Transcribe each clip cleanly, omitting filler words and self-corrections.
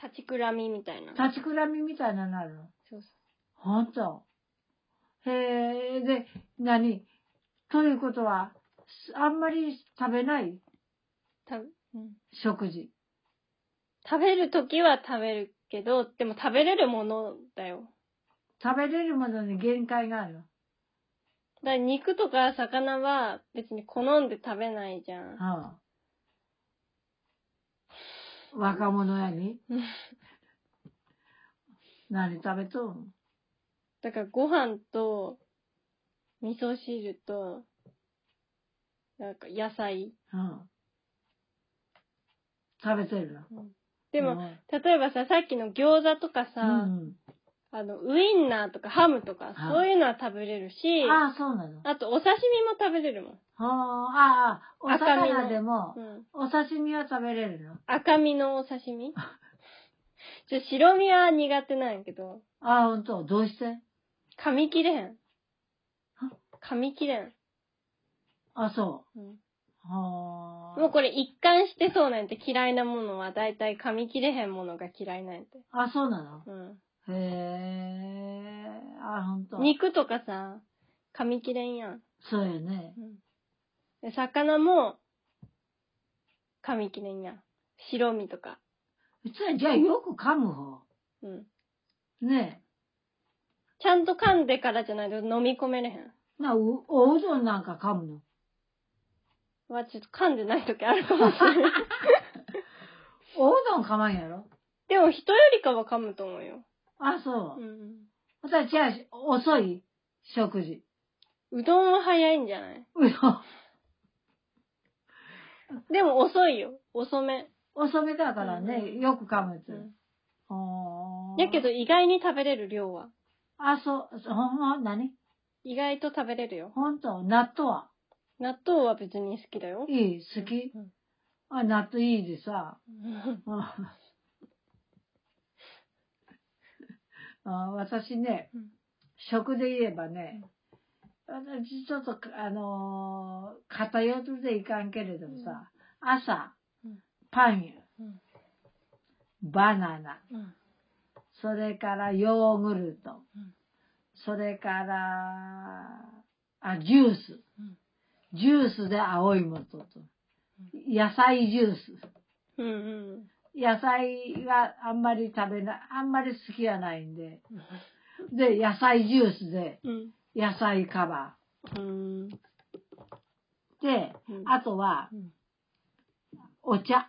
立ちくらみみたいな。 立ちくらみみたいなのなるの。 そうそほんと。へえ、で、ということは、あんまり食べない？ うん、 食事。 食べるときは食べるけど、でも食べれるものだよ。 食べれるものに限界があるの。 だから肉とか魚は別に好んで食べないじゃん。 はあ、若者やに何食べとん？ だからご飯と味噌汁となんか野菜、 食べてるの。 でも、例えばさっきの餃子とかさ、ウインナーとかハムとか、そういうのは食べれるし、 ああ、そうなの。 あとお刺身も食べれるもん。 ああ、お魚でも、お刺身は食べれるの。 赤身のお刺身白身は苦手なんやけど。 ああ、ほんと。どうして？ 噛み切れへん。噛み切れん。 あ、そう。 もうこれ一貫してそうなんやて。嫌いなものはだいたい噛み切れへんものが嫌いなんやて。 あ、そうなの？へえ、あ、ほんと。 肉とかさ、噛み切れんやん。 そうよね。 で魚も噛み切れんやん。白身とか。 じゃあよく噛む方。ねえ。 ちゃんと噛んでからじゃないと飲み込めれへん。 おうどんなんか噛むの？ はちょっと噛んでない時あるかもしれない。 おうどん噛まんやろ？ でも人よりかは噛むと思うよ。 あ、そう。私は遅い食事。 うどんは早いんじゃない？ うどん。 でも遅いよ。遅め。 遅めだからね、よく噛むって。 だけど意外に食べれる量は。 あ、そう、ほんま、何？ 意外と食べれるよ。 ほんと？納豆は？ 納豆は別に好きだよ。 いい？好き？あ、納豆いいでさ。私ね、食で言えばね、私ちょっと、偏りでいかんけれどもさ、朝、パンや、バナナ、それからヨーグルト、それから、ジュース。ジュースで青いものと、野菜ジュース。野菜はあんまりあんまり好きじゃないんで。で、野菜ジュースで、野菜カバー。で、あとは、お茶。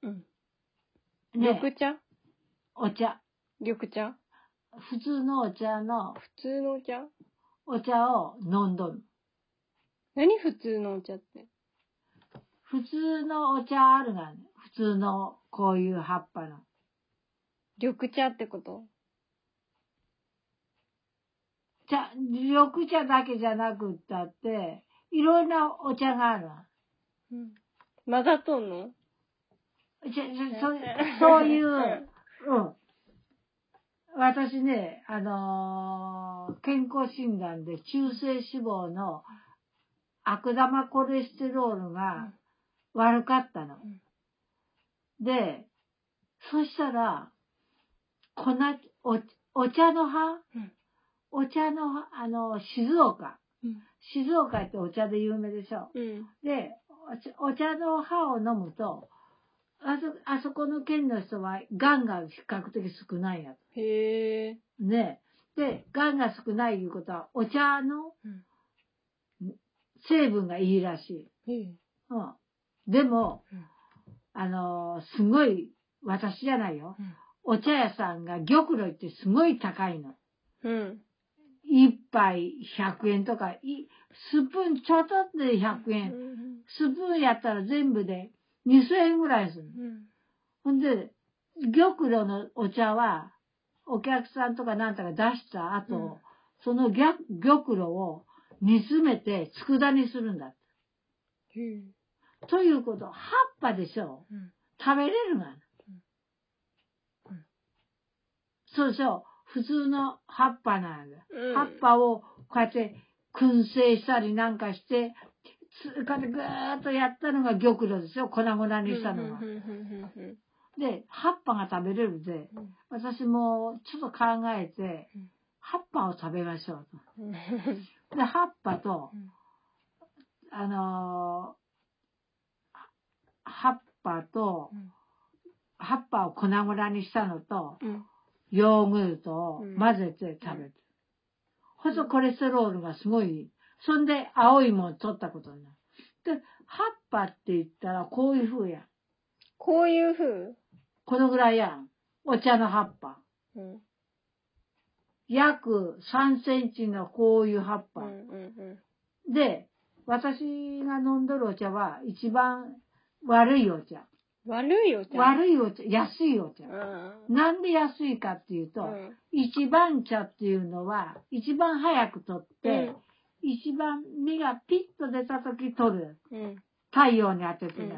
緑茶？ お茶。 緑茶？ 普通のお茶の、 普通のお茶？ お茶を飲んどる。 何普通のお茶って？ 普通のお茶あるがね。普通のこういう葉っぱの。 緑茶ってこと？ 緑茶だけじゃなくったって、いろんなお茶があるわ。 混ざっとんの？ そういう、私ね、健康診断で中性脂肪の悪玉コレステロールが悪かったの。で、そしたら、お茶の葉、お茶の葉、静岡ってお茶で有名でしょ。で、お茶の葉を飲むと、あそこの県の人は、癌が比較的少ないやつ。 へえ。 ね。で、癌が少ないいうことは、お茶の成分がいいらしい。でも、すごい、私じゃないよ。お茶屋さんが玉露ってすごい高いの。一杯100円とか、スプーンちょっとで100円。スプーンやったら全部で2000円ぐらいする。ほんで、玉露のお茶は、お客さんとかなんとか出した後、その玉露を煮詰めて佃煮するんだって。ということ、葉っぱでしょ。食べれるがな。そうそう。普通の葉っぱなんだ。葉っぱをこうやって燻製したりなんかして、こうやってぐーっとやったのが玉露ですよ。粉々にしたのが。 で、葉っぱが食べれるで、私もちょっと考えて、葉っぱを食べましょうと。で、葉っぱと、葉っぱを粉々にしたのと、ヨーグルトを混ぜて食べる。ほんとコレステロールがすごい。そんで青いもん取ったことになる。で、葉っぱって言ったらこういう風やん。 こういう風？ このぐらいやん。お茶の葉っぱ。約3センチのこういう葉っぱ。で、私が飲んどるお茶は一番悪いお茶。 悪いお茶？ 悪いお茶、安いお茶。なんで安いかっていうと、一番茶っていうのは一番早く取って、一番芽がピッと出た時取る。太陽に当ててない。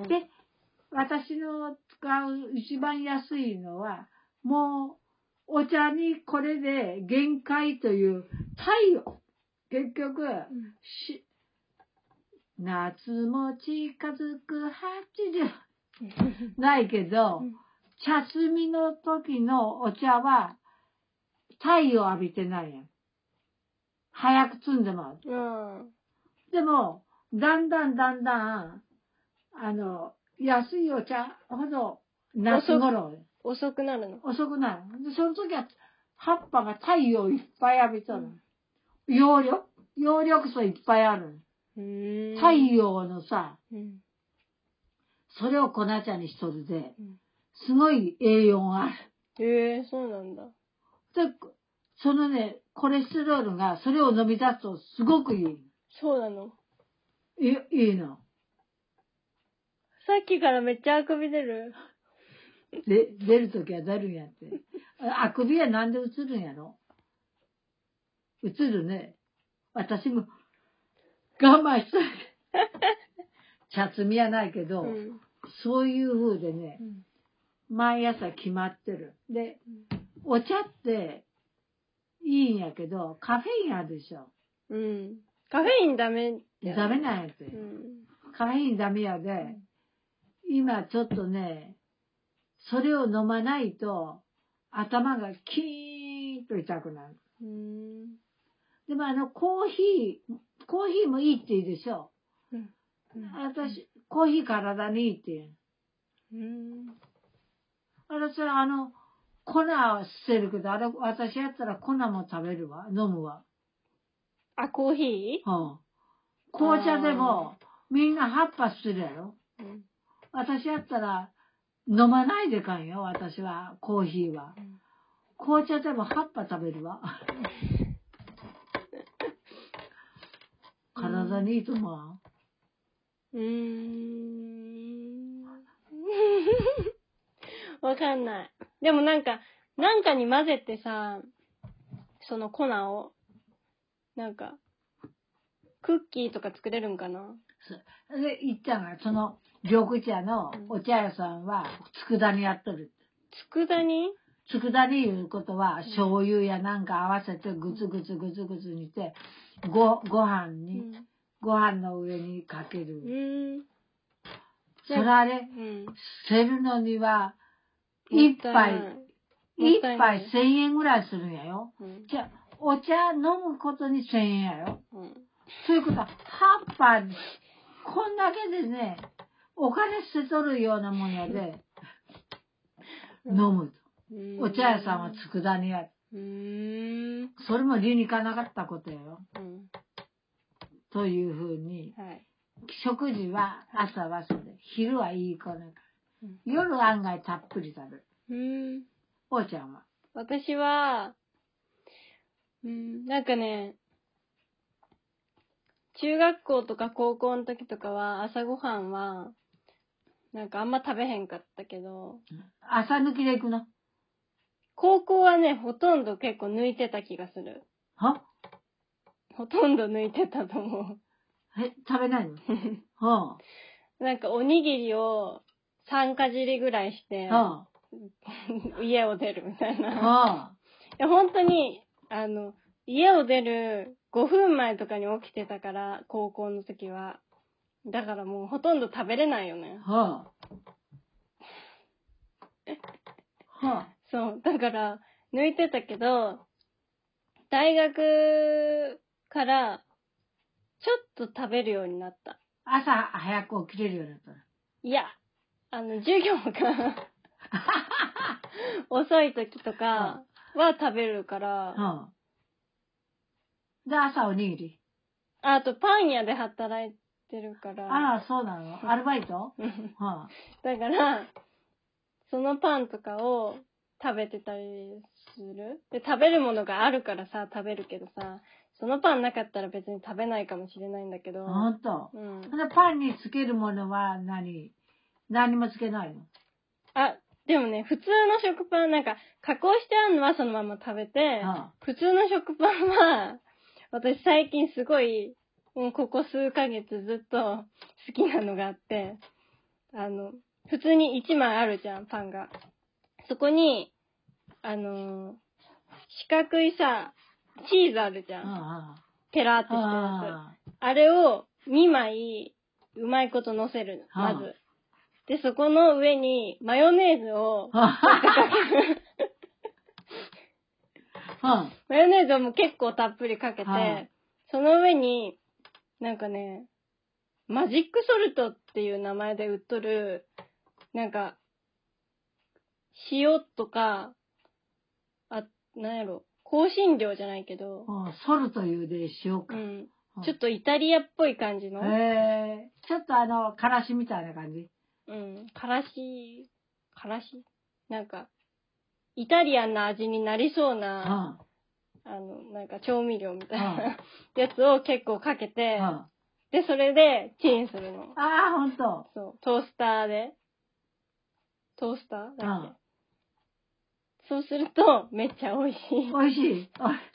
で、私の使う一番安いのは、もうお茶にこれで限界という太陽。結局、夏も近づく80ないけど、茶摘みの時のお茶は太陽浴びてないやん。早く摘んでもらう。でも、だんだん、安いお茶ほど夏頃。 遅くなるの？ 遅くなる。で、その時は葉っぱが太陽いっぱい浴びとる。葉緑素いっぱいある。太陽のさ、それを粉茶にしとるで、すごい栄養がある。 そうなんだ。 で、そのね、コレステロールがそれを飲み出すとすごくいい。 そうなの？ いいの。 さっきからめっちゃあくび出る。 出るときは出るんやって。あくびはなんで映るんやろ？映るね。私も我慢したい。茶摘みはないけど、そういう風でね、毎朝決まってる。で、お茶っていいんやけど、カフェインあるでしょ。 カフェインダメ。 ダメなんやって。カフェインダメやで、今ちょっとね、それを飲まないと頭がキーンと痛くなる。でもコーヒーもいいって言うでしょ。私、コーヒー体にいいって言う。私は粉は捨てるけど、私やったら粉も食べるわ、飲むわ。 あ、コーヒー？ 紅茶でもみんな葉っぱ捨てるやろ。私やったら飲まないでかんよ、私は、コーヒーは。紅茶でも葉っぱ食べるわ。体にいいと思う。 わかんない。でもなんかに混ぜてさ、その粉を、クッキーとか作れるんかな？ で、言ったが、その、緑茶のお茶屋さんは、佃煮やっとる。 佃煮？ 佃煮いうことは、醤油やなんか合わせてぐつぐつ煮て、ご飯の上にかける。それあれ、捨てるのには、一杯1000円ぐらいするんやよ。じゃあ、お茶飲むことに1000円やよ。そういうことは、葉っぱ、こんだけでね、お金捨てとるようなもんやで、飲むと。お茶屋さんは佃煮や。それも理にかなかったことやよ。というふうに、食事は朝はそれ、昼はいい子だから。夜案外たっぷり食べる。おーちゃんは？ 私は、なんかね、中学校とか高校の時とかは朝ごはんはなんかあんま食べへんかったけど、 朝抜きで行くの？ 高校はね、ほとんど結構抜いてた気がする。 は？ ほとんど抜いてたと思う。 食べないの？はあ、なんかおにぎりを3かじりぐらいして、家を出るみたいな。いや本当に家を出る5分前とかに起きてたから、高校の時は。だからもうほとんど食べれないよね。 そう、だから、抜いてたけど、大学から、ちょっと食べるようになった。 朝早く起きれるようになった。 いや、授業が遅い時とかは食べるから。 で、朝おにぎり。 あと、パン屋で働いてるから。 あら、そうなの？アルバイト？ だから、そのパンとかを食べてたりする。で、食べるものがあるからさ、食べるけどさ、そのパンなかったら別に食べないかもしれないんだけど。 ほんと？で、パンにつけるものは何もつけないの？ あ、でもね、普通の食パン、なんか、加工してあるのはそのまま食べて、普通の食パンは、私最近すごい、もうここ数ヶ月ずっと好きなのがあって、普通に1枚あるじゃん、パンが。そこに、四角いさ、チーズあるじゃん。ペラーってしてるやつ。あれを2枚、うまいこと乗せる、まず。で、そこの上にマヨネーズをかける。マヨネーズをもう結構たっぷりかけて、その上に、なんかね、マジックソルトっていう名前で売っとる、なんか、塩とか、なんやろ、香辛料じゃないけど。 ソルというで塩か。 ちょっとイタリアっぽい感じの。 ちょっとからしみたいな感じ。 からし、なんか、イタリアンな味になりそうな、なんか調味料みたいなやつを結構かけて、で、それでチンするの。 ほんと？ そう、トースターで。トースターだっけ？そうすると、めっちゃ美味しい。 美味しい。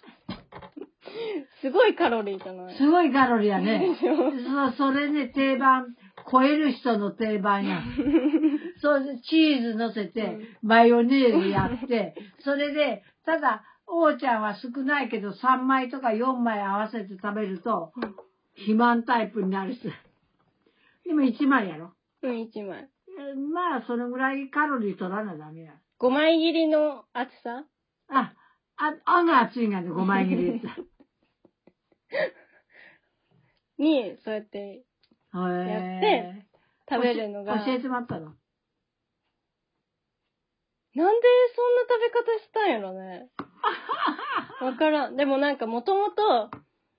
すごいカロリーじゃない？ すごいカロリーやね。それね、定番、超える人の定番や。そう、チーズ乗せて、マヨネーズやって、それで、ただ、王ちゃんは少ないけど、3枚とか4枚合わせて食べると、肥満タイプになるし。でも1枚やろ？ 1枚。 まあ、そのぐらいカロリー取らなダメや。 5枚切りの厚さ？ あが厚いがね、5枚切り。 に、そうやってやって食べるのが。 教えてもらったの？ なんでそんな食べ方したんやろね。わからん。でもなんかもともと、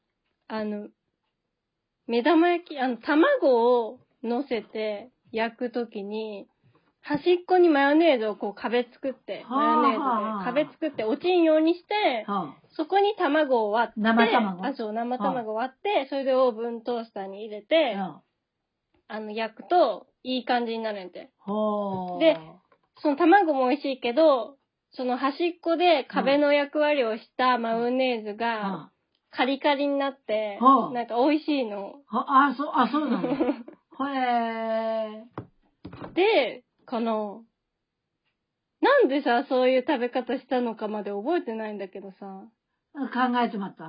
目玉焼き、卵を乗せて焼くときに、端っこにマヨネーズをこう壁作って、マヨネーズで壁作って落ちんようにして、そこに卵を割って、 生卵？ そう、生卵を割って、それでオーブントースターに入れて、焼くといい感じになるんで。で、その卵も美味しいけど、その端っこで壁の役割をしたマヨネーズがカリカリになって、なんか美味しいの。 そうなの。 で、なんでさ、そういう食べ方したのかまで覚えてないんだけどさ。 考えてまった。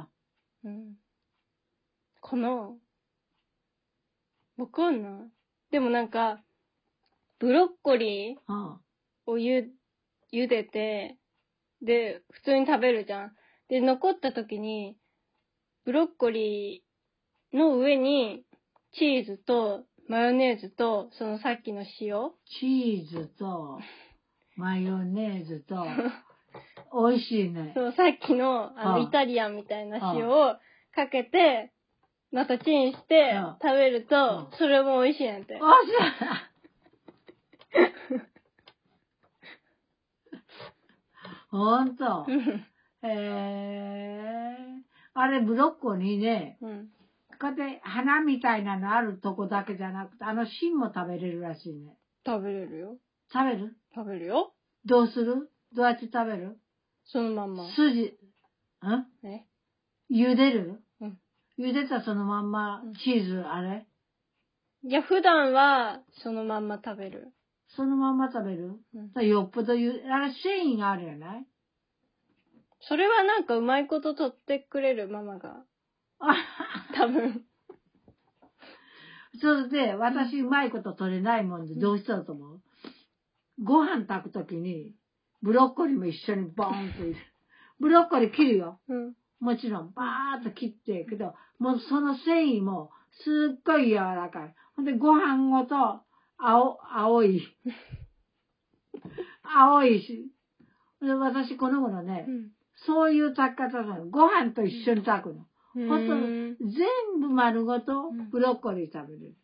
わかんない。でもなんか、ブロッコリーを茹でて、で、普通に食べるじゃん。で、残った時に、ブロッコリーの上に、チーズと、マヨネーズと、そのさっきの塩。 チーズと、マヨネーズと、美味しいね。 そう、さっきの、イタリアンみたいな塩をかけて、またチンして食べると、それも美味しいやんて。美味しいほんと。あれ、ブロッコリーね、こうやって花みたいなのあるとこだけじゃなくて、芯も食べれるらしいね。 食べれるよ。 食べる？ 食べるよ。 どうする？どうやって食べる？ そのまんま。 茹でる？茹でたそのまんま、チーズ、あれ？ いや、普段は、そのまんま食べる。 そのまんま食べる？よっぽどあれ、繊維があるよね。 それはなんかうまいこと取ってくれるママが。多分。 それで、私うまいこと取れないもんで、どうしたと思う？ ご飯炊くときに、ブロッコリーも一緒にボーンと入れる。ブロッコリー切るよ。もちろん、バーッと切ってけど、もうその繊維もすっごい柔らかい。ほんで、ご飯ごと、青いし。で、私この頃ね、そういう炊き方なの。ご飯と一緒に炊くの。ほんと、全部丸ごとブロッコリー食べる。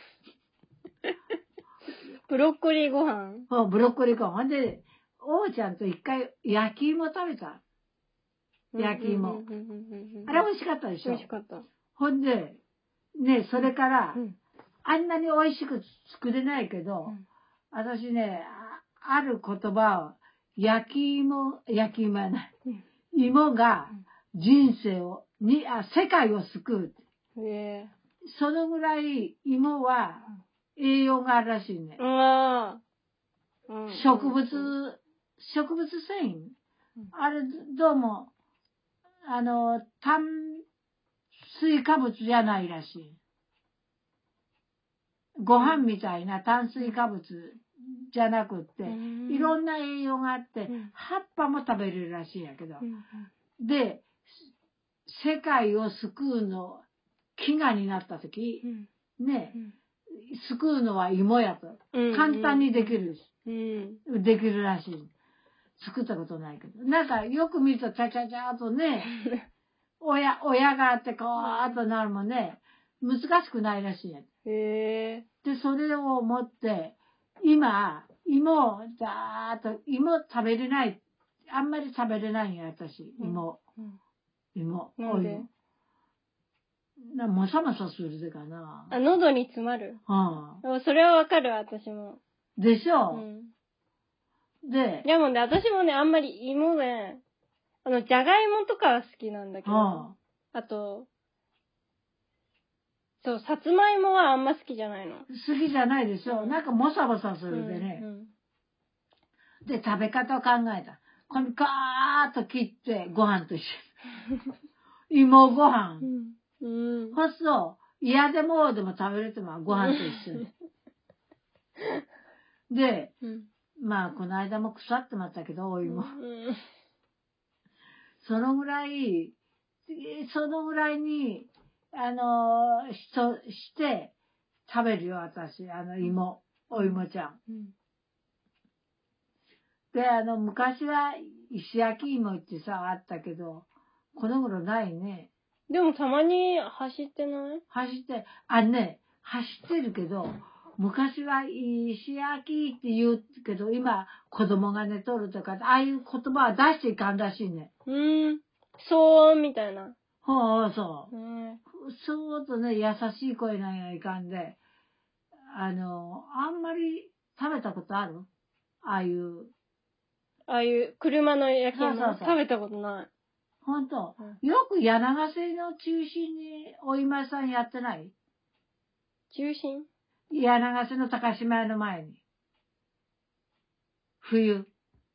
ブロッコリーご飯？ ブロッコリーご飯。ほんで、王ちゃんと一回焼き芋食べた。焼き芋。あれ美味しかったでしょ？ 美味しかった。 ほんで、ね、それから、あんなに美味しく作れないけど、私ね、ある言葉を、焼き芋やない。芋が人生を、世界を救う。そのぐらい芋は栄養があるらしいね。植物繊維。あれ、どうも、炭水化物じゃないらしい。ご飯みたいな炭水化物じゃなくって、いろんな栄養があって、葉っぱも食べれるらしいんやけど。で、世界を救うの、飢餓になった時、ね、救うのは芋やと。簡単にできるできるらしい。作ったことないけど。なんかよく見るとチャチャチャーとね、親があってこうとなるもんね、難しくないらしいや。で、それを持って、今、芋食べれない。あんまり食べれないんや、私、芋。 なんで？ もさもさするでかな。 喉に詰まる。それはわかる、私も。 でしょ？でもね、私もね、あんまり芋で、じゃがいもとかは好きなんだけど、あと、そう、さつまいもはあんま好きじゃないの。 好きじゃないでしょ？なんかもさもさするでね。で、食べ方を考えた。これガーッと切ってご飯と一緒に。芋ご飯。ほっそう、嫌でも食べれてもご飯と一緒に。で、まあ、この間も腐ってましたけど、お芋。そのぐらいに、して食べるよ、私、芋、お芋ちゃん。で、昔は石焼き芋ってさ、あったけど、この頃ないね。 でもたまに走ってない？ 走ってるけど、昔は石焼きって言うけど、今子供が寝とるとか、ああいう言葉は出していかんらしいね。 そうみたいな。 そう。そうとね、優しい声なんやいかんで、あんまり食べたことある？ああいう車の焼き芋食べたことない。 ほんと、よく柳瀬の中心にお芋屋さんやってない？ 中心？ 柳瀬の高島屋の前に。冬。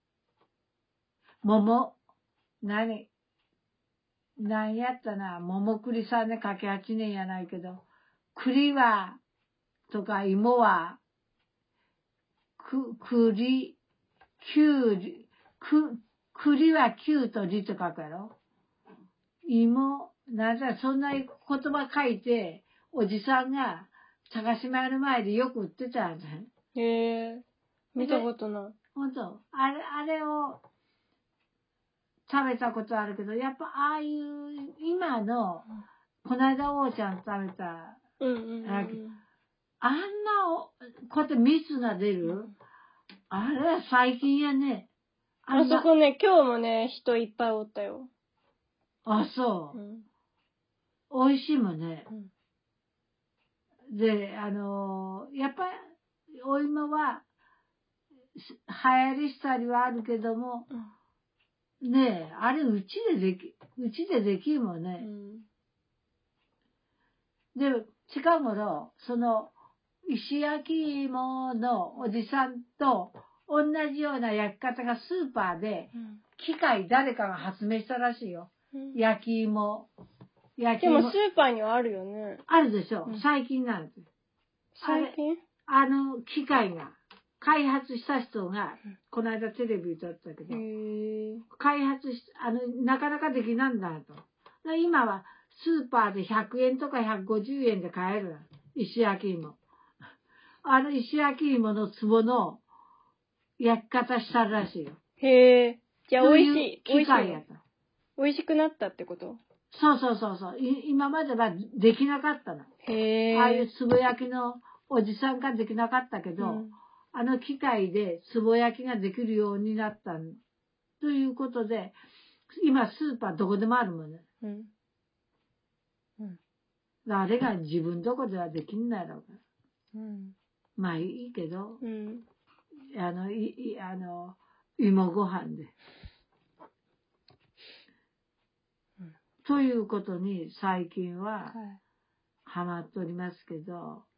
何やったな、桃栗さんでかけ8年やないけど、栗は、とか芋は、栗は9とりと書くやろ。芋、なんじゃ、そんな言葉書いて、おじさんが高島屋の前でよく売ってたんだよ。 見たことない。 ほんと、あれを食べたことあるけど、やっぱああいう、今の、この間王ちゃん食べた、あんな、こうやって蜜が出る、あれは最近やね。 あそこね、今日もね、人いっぱいおったよ。 あ、そう。美味しいもんね。で、やっぱり、お芋は、流行りしたりはあるけども、ねえ、あれ、うちでできるもんね。で、近頃、その、石焼き芋のおじさんと同じような焼き方がスーパーで、機械誰かが発明したらしいよ。焼き芋。 でもスーパーにはあるよね。 あるでしょ。最近なんです。 最近？ 機械が。 開発した人が、この間テレビ撮ったけど、開発し、なかなかできなんだと。今はスーパーで100円とか150円で買える石焼き芋。石焼き芋の壺の焼き方したらしいよ。 へえ。じゃあ美味しい。 機械やった。 美味しくなったってこと？ そう。今まではできなかったの。 へえ。 ああいうつぼ焼きのおじさんができなかったけど、機械でつぼ焼きができるようになったということで、今スーパーどこでもあるもんね。あれが自分どこではできんないだろうから。まあいいけど、芋ご飯で。ということに最近はハマっておりますけど、